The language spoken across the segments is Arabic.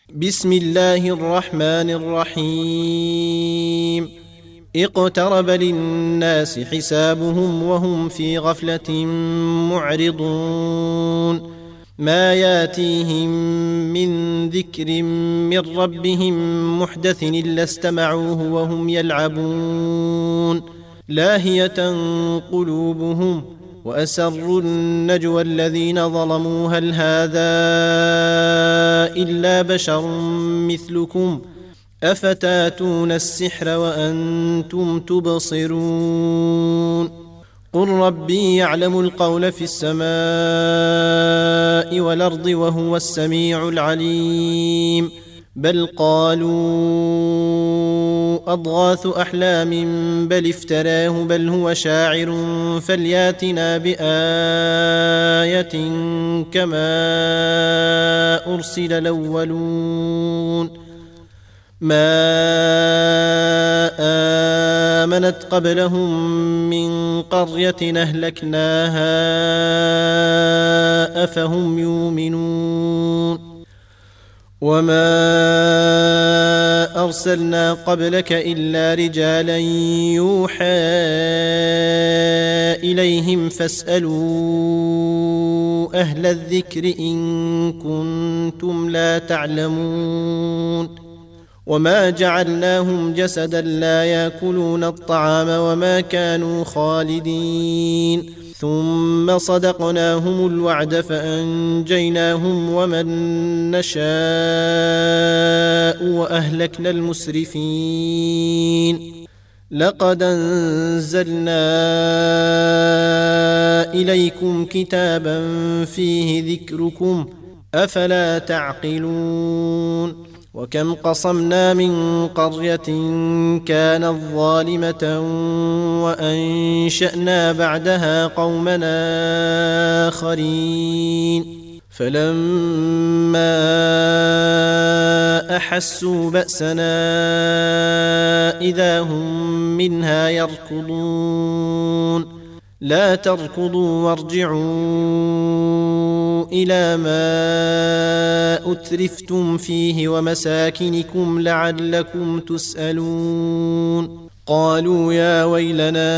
بسم الله الرحمن الرحيم. اقترب للناس حسابهم وهم في غفلة معرضون. ما ياتيهم من ذكر من ربهم محدث إلا استمعوه وهم يلعبون لاهية قلوبهم وأسروا النجوى الذين ظلموا هل هذا إلا بشر مثلكم أفتاتون السحر وأنتم تبصرون. قل ربي يعلم القول في السماء والأرض وهو السميع العليم. بل قالوا أضغاث أحلام بل افتراه بل هو شاعر فلياتنا بآية كما أرسل الأولون. ما آمنت قبلهم من قرية أهلكناها أفهم يؤمنون. وما أرسلنا قبلك إلا رجالا يوحى إليهم فاسألوا أهل الذكر إن كنتم لا تعلمون. وما جعلناهم جسدا لا يأكلون الطعام وما كانوا خالدين ثم صدقناهم الوعد فأنجيناهم ومن نشاء وأهلكنا المسرفين. لقد أنزلنا إليكم كتابا فيه ذكركم أفلا تعقلون. وكم قصمنا من قرية كانت ظالمة وأنشأنا بعدها قومنا آخرين فلما أحسوا بأسنا إذا هم منها يركضون. لا تركضوا وارجعوا إلى ما أترفتم فيه ومساكنكم لعلكم تسألون. قالوا يا ويلنا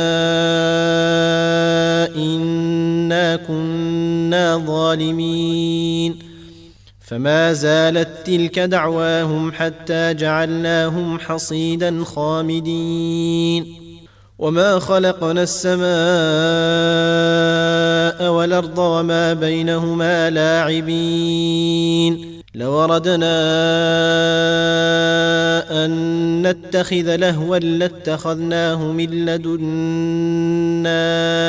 إنا كنا ظالمين. فما زالت تلك دعواهم حتى جعلناهم حصيدا خامدين. وما خلقنا السماء والأرض وما بينهما لاعبين. لو أردنا أن نتخذ لهوا لاتخذناه من لدنا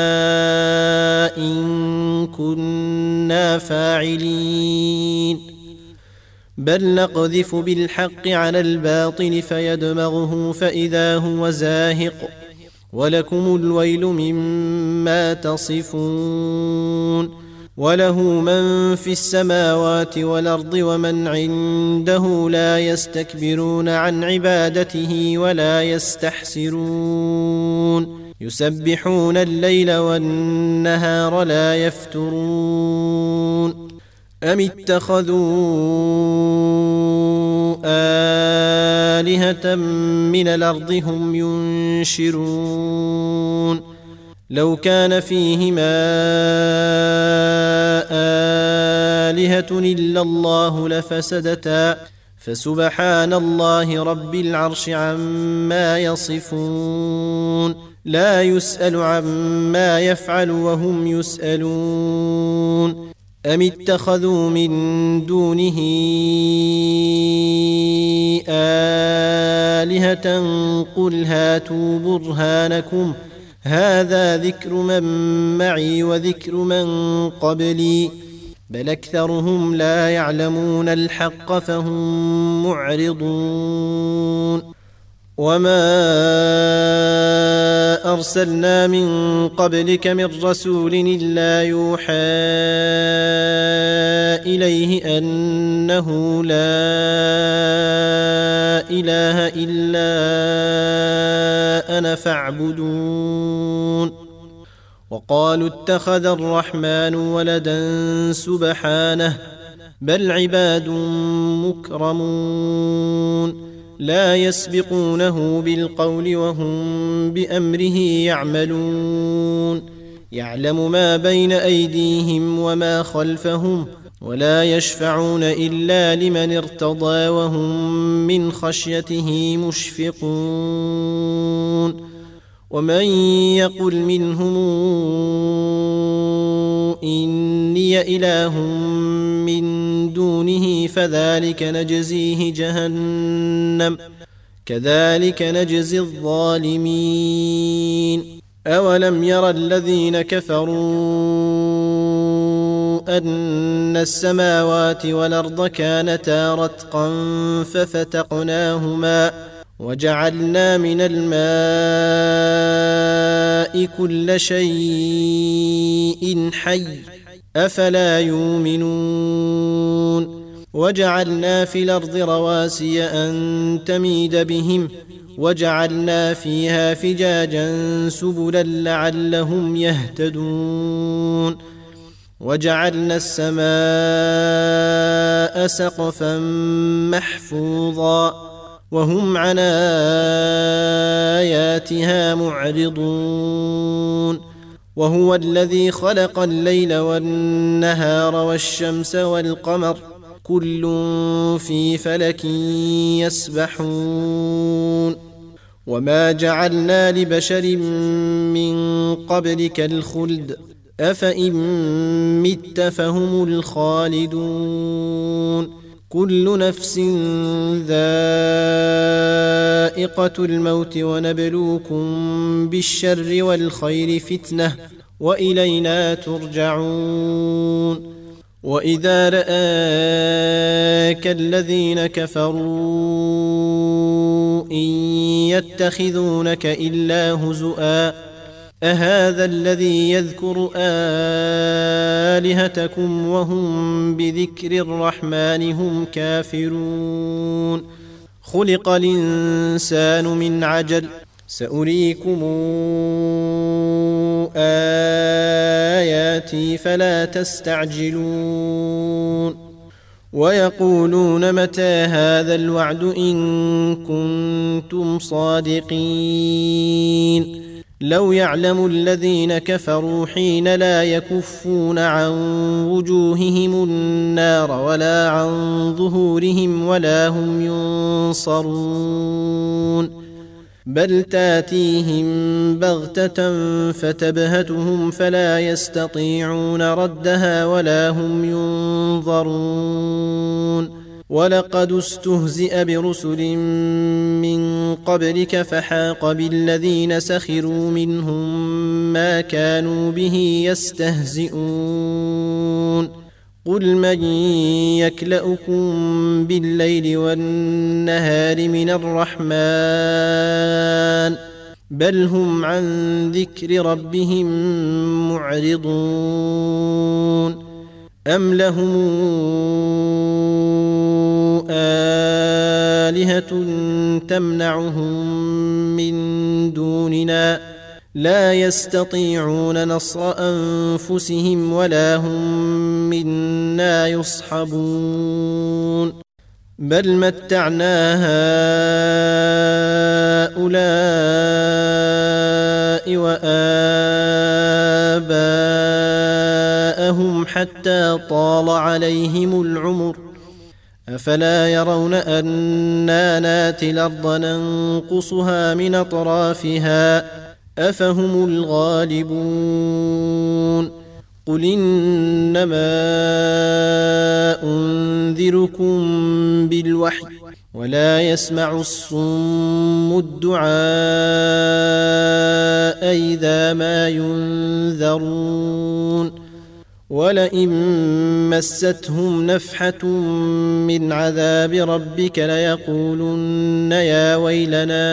إن كنا فاعلين. بل نقذف بالحق على الباطل فيدمغه فإذا هو زاهق ولكم الويل مما تصفون. وله من في السماوات والأرض ومن عنده لا يستكبرون عن عبادته ولا يستحسرون. يسبحون الليل والنهار لا يفترون. أم اتخذوا آلهة من الأرض هم ينشرون. لو كان فيهما آلهة إلا الله لفسدتا فسبحان الله رب العرش عما يصفون. لا يسأل عما يفعل وهم يسألون. أم اتخذوا من دونه آلهة قل هاتوا برهانكم هذا ذكر من معي وذكر من قبلي بل أكثرهم لا يعلمون الحق فهم معرضون. وما أرسلنا من قبلك من رسول إلا يوحى إليه أنه لا إله إلا أنا فاعبدون. وقالوا اتخذ الرحمن ولدا سبحانه بل عباد مكرمون لا يسبقونه بالقول وهم بأمره يعملون يعلم ما بين أيديهم وما خلفهم ولا يشفعون إلا لمن ارتضى وهم من خشيته مشفقون ومن يقل منهم إني إله من دونه فذلك نجزيه جهنم كذلك نجزي الظالمين أولم ير الذين كفروا أن السماوات والأرض كانتا رتقا ففتقناهما وجعلنا من الماء كل شيء حي أفلا يؤمنون وجعلنا في الأرض رواسي أن تميد بهم وجعلنا فيها فجاجا سبلا لعلهم يهتدون وجعلنا السماء سقفا محفوظا وهم عن آياتها معرضون وهو الذي خلق الليل والنهار والشمس والقمر كل في فلك يسبحون وما جعلنا لبشر من قبلك الخلد أفإن مت فهم الخالدون كل نفس ذائقة الموت ونبلوكم بالشر والخير فتنة وإلينا ترجعون وإذا رآك الذين كفروا إن يتخذونك إلا هزؤا أهذا الذي يذكر آلهتكم وهم بذكر الرحمن هم كافرون خلق الإنسان من عجل سأريكم آياتي فلا تستعجلون ويقولون متى هذا الوعد إن كنتم صادقين لو يعلم الذين كفروا حين لا يكفون عن وجوههم النار ولا عن ظهورهم ولا هم ينصرون بل تاتيهم بغتة فتبهتهم فلا يستطيعون ردها ولا هم ينظرون ولقد استهزئ برسل من قبلك فحاق بالذين سخروا منهم ما كانوا به يستهزئون قل من يكلؤكم بالليل والنهار من الرحمن بل هم عن ذكر ربهم معرضون أم لهم آلهة تمنعهم من دوننا لا يستطيعون نصر أنفسهم ولا هم منا يصحبون بل متعنا هؤلاء وآباءهم حتى طال عليهم العمر أفلا يرون أنا ناتي الأرض ننقصها من أطرافها أفهم الغالبون قل إنما أنذركم بالوحي ولا يسمع الصم الدعاء إذا ما ينذرون ولئن مستهم نفحة من عذاب ربك ليقولن يا ويلنا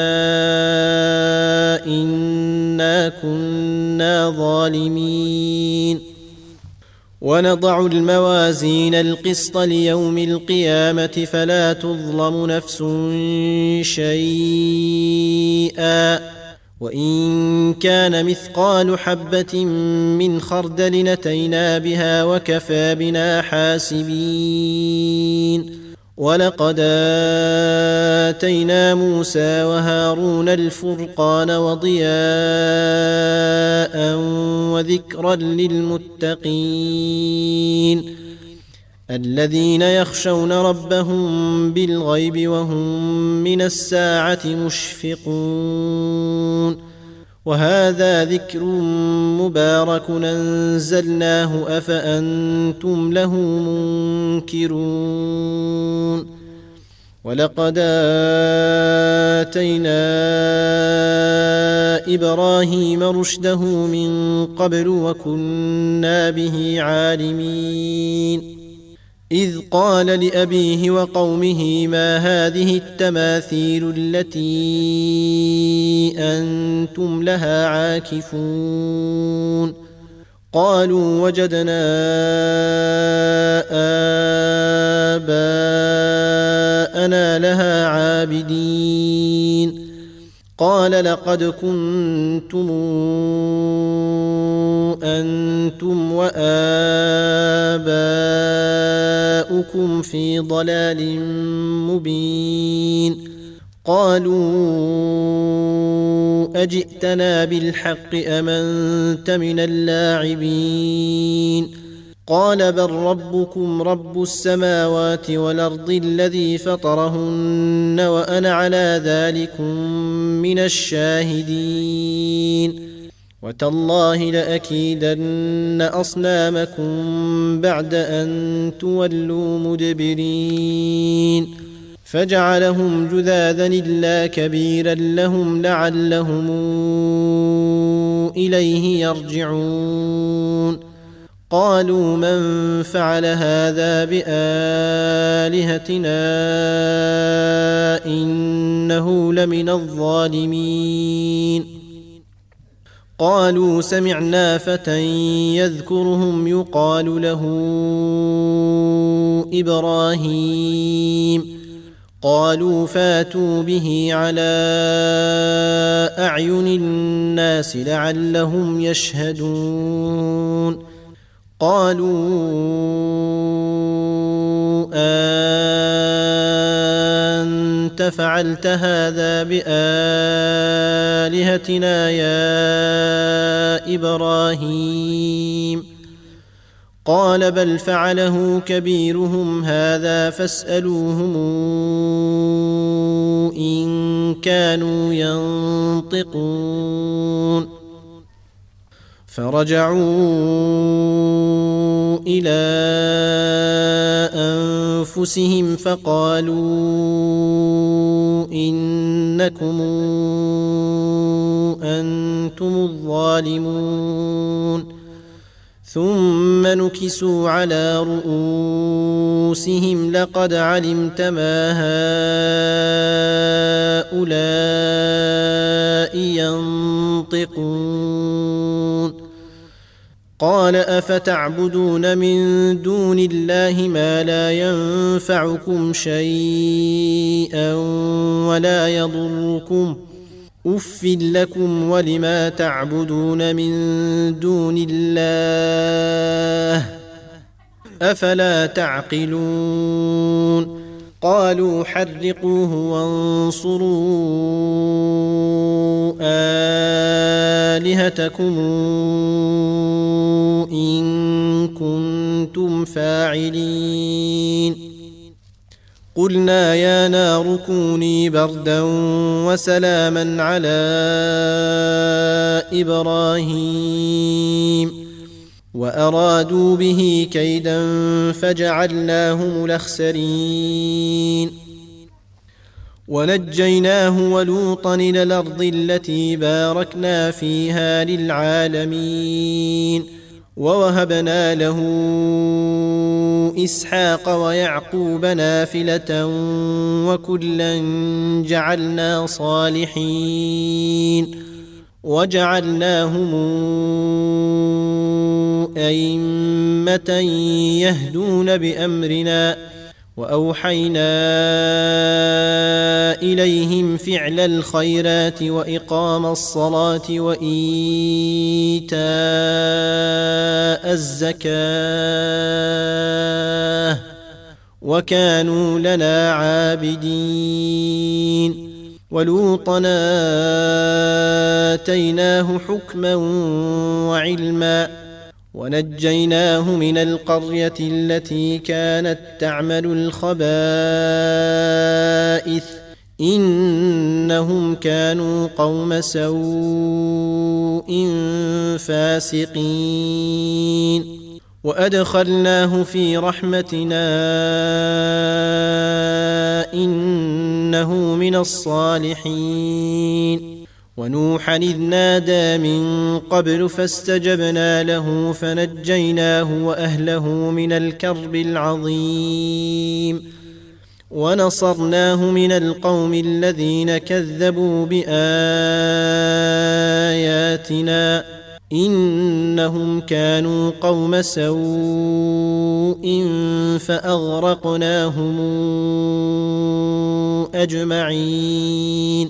إنا كنا ظالمين ونضع الموازين القسط ليوم القيامة فلا تظلم نفس شيئا وإن كان مثقال حبة من خردل أتينا بها وكفى بنا حاسبين. ولقد آتينا موسى وهارون الفرقان وضياء وذكرا للمتقين الذين يخشون ربهم بالغيب وهم من الساعة مشفقون. وهذا ذكر مبارك أنزلناه أفأنتم له منكرون. ولقد آتينا إبراهيم رشده من قبل وكنا به عالمين. إذ قال لأبيه وقومه ما هذه التماثيل التي أنتم لها عاكفون؟ قالوا وجدنا آباءنا لها عابدين. قال لقد كنتم أنتم وآباؤكم في ضلال مبين. قالوا أجئتنا بالحق أم أنت من اللاعبين؟ قال بل ربكم رب السماوات والأرض الذي فطرهن وأنا على ذلكم من الشاهدين. وتالله لأكيدن أصنامكم بعد أن تولوا مدبرين. فجعلهم جذاذا إلا كبيرا لهم لعلهم إليه يرجعون. قالوا من فعل هذا بآلهتنا إنه لمن الظالمين. قالوا سمعنا فتى يذكرهم يقال له إبراهيم. قالوا فاتوا به على أعين الناس لعلهم يشهدون. قالوا أنت فعلت هذا بآلهتنا يا إبراهيم؟ قال بل فعله كبيرهم هذا فاسألوهم إن كانوا ينطقون. فرجعوا إلى أنفسهم فقالوا إنكم أنتم الظالمون. ثم نكسوا على رؤوسهم لقد علمت ما هؤلاء ينطقون. قال أفتعبدون من دون الله ما لا ينفعكم شيئا ولا يضركم أف لكم ولما تعبدون من دون الله أفلا تعقلون. قالوا حرقوه وانصروا آلهتكم إن كنتم فاعلين. قلنا يا نار كوني بردا وسلاما على إبراهيم وأرادوا به كيدا فجعلناهم الأخسرين. ونجيناه ولوطا إلى الأرض التي باركنا فيها للعالمين. ووهبنا له إسحاق ويعقوب نافلة وكلا جعلنا صالحين وجعلناهم أئمة يهدون بأمرنا. وأوحينا إلى إليهم فعل الخيرات وإقام الصلاة وإيتاء الزكاة وكانوا لنا عابدين. ولوطا آتيناه حكما وعلما ونجيناه من القرية التي كانت تعمل الخبائث إنهم كانوا قوم سوء فاسقين. وأدخلناه في رحمتنا إنه من الصالحين. ونوحا إذ نادى من قبل فاستجبنا له فنجيناه وأهله من الكرب العظيم ونصرناه من القوم الذين كذبوا بآياتنا إنهم كانوا قوم سوء فأغرقناهم أجمعين.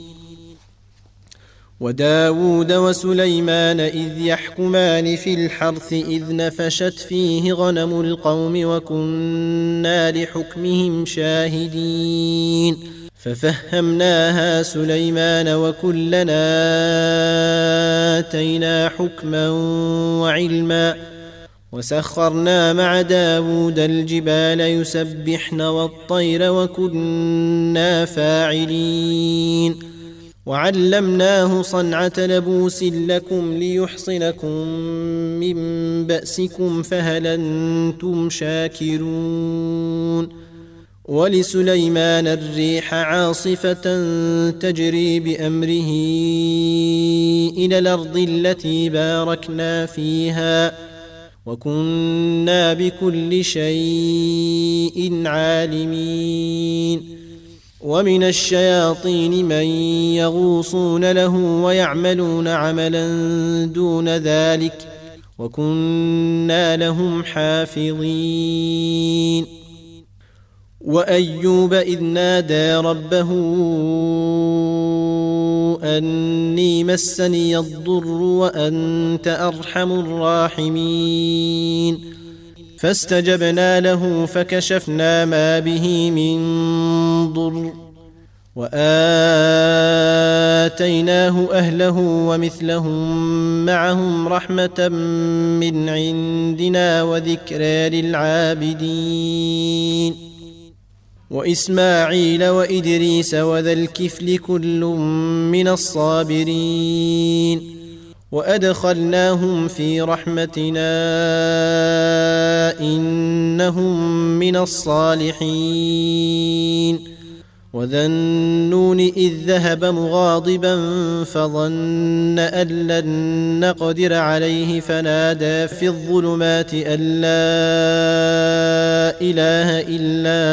وداود وسليمان إذ يحكمان في الحرث إذ نفشت فيه غنم القوم وكنا لحكمهم شاهدين ففهمناها سليمان وكلنا آتينا حكما وعلما وسخرنا مع داود الجبال يسبحن والطير وكنا فاعلين وعلمناه صنعة لبوس لكم ليحصنكم من بأسكم فهل أنتم شاكرون. ولسليمان الريح عاصفة تجري بأمره إلى الأرض التي باركنا فيها وكنا بكل شيء عالمين. ومن الشياطين من يغوصون له ويعملون عملا دون ذلك وكنا لهم حافظين. وأيوب إذ نادى ربه أني مسني الضر وأنت أرحم الراحمين فاستجبنا له فكشفنا ما به من ضر وآتيناه أهله ومثلهم معهم رحمة من عندنا وذكرى للعابدين. وإسماعيل وإدريس وذا الكفل كل من الصابرين وأدخلناهم في رحمتنا إنهم من الصالحين. وذا النون إذ ذهب مغاضبا فظن أن لن نقدر عليه فنادى في الظلمات أن لا إله إلا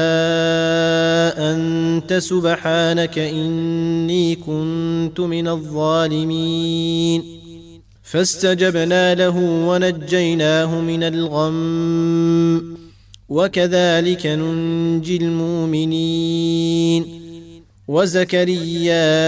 أنت سبحانك إني كنت من الظالمين فاستجبنا له ونجيناه من الغم وكذلك ننجي المؤمنين. وزكريا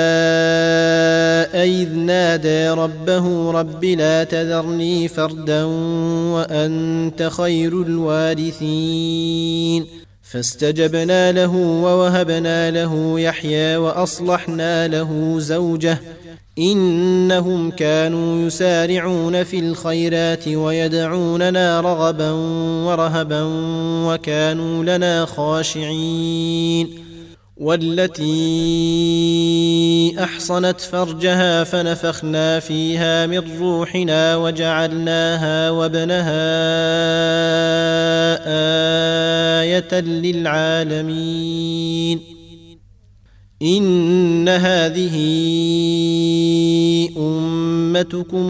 إذ نادى ربه رب لا تذرني فردا وأنت خير الوارثين فاستجبنا له ووهبنا له يحيى وأصلحنا له زوجه إنهم كانوا يسارعون في الخيرات ويدعوننا رغبا ورهبا وكانوا لنا خاشعين. والتي أحصنت فرجها فنفخنا فيها من روحنا وجعلناها وابنها آية للعالمين. إن هذه أمتكم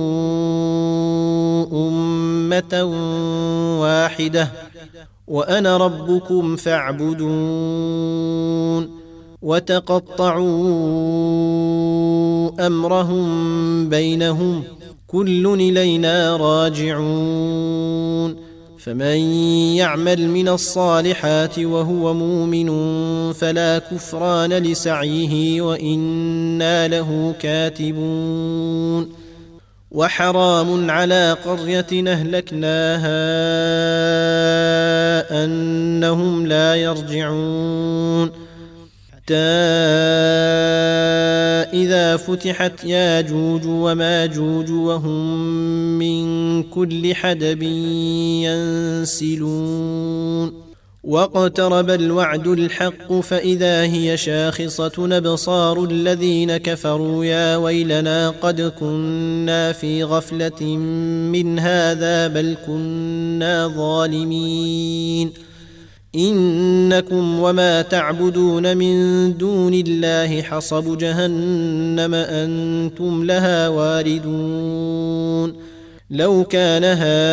أمة واحدة وأنا ربكم فاعبدون. وتقطعوا أمرهم بينهم كل إلينا راجعون فمن يعمل من الصالحات وهو مؤمن فلا كفران لسعيه وإنا له كاتبون وحرام على قرية أهلكناها أنهم لا يرجعون حتى إذا فتحت ياجوج وماجوج وهم من كل حدب ينسلون واقترب الوعد الحق فإذا هي شاخصة أبصار الذين كفروا يا ويلنا قد كنا في غفلة من هذا بل كنا ظالمين إنكم وما تعبدون من دون الله حصب جهنم أنتم لها واردون لو كان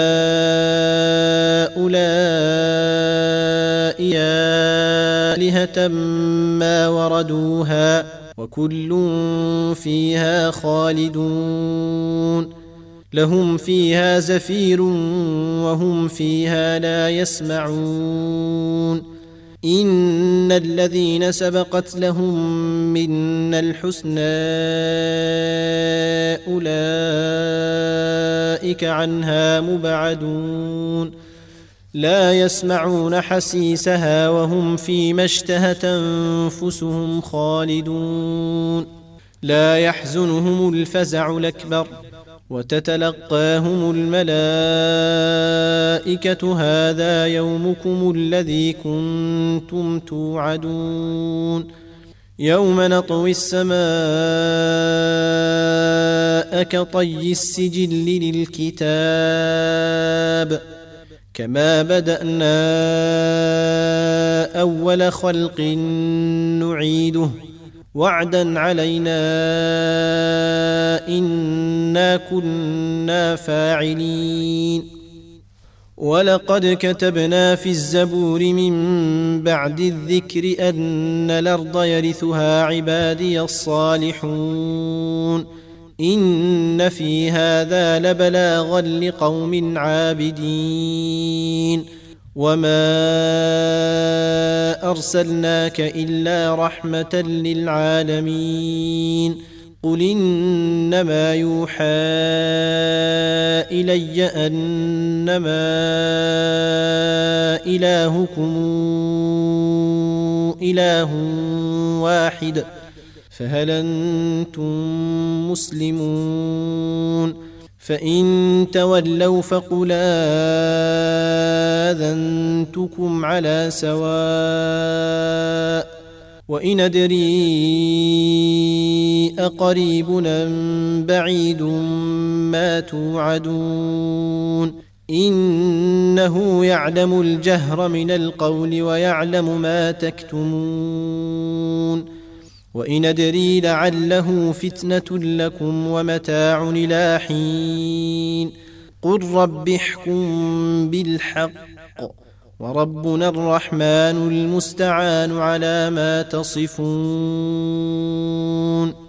هؤلاء آلهة ما وردوها وكل فيها خالدون لهم فيها زفير وهم فيها لا يسمعون إن الذين سبقت لهم منا الحسنى أولئك عنها مبعدون لا يسمعون حسيسها وهم فيما اشتهت أنفسهم خالدون لا يحزنهم الفزع الأكبر وتتلقاهم الملائكة هذا يومكم الذي كنتم توعدون يوم نطوي السماء كطي السجل للكتاب كما بدأنا أول خلق نعيده وعدا علينا إنا كنا فاعلين ولقد كتبنا في الزبور من بعد الذكر أن الأرض يرثها عبادي الصالحون إن في هذا لبلاغا لقوم عابدين وما أرسلناك إلا رحمة للعالمين قل إنما يوحى إلي أنما إلهكم إله واحد فهل أنتم مسلمون فإن تولوا فقل آذنتكم على سواء وإن أدري أقريب أم بعيد ما توعدون إنه يعلم الجهر من القول ويعلم ما تكتمون وإن أدري لعله فتنة لكم ومتاع إلى حين قل رب احكم بالحق وربنا الرحمن المستعان على ما تصفون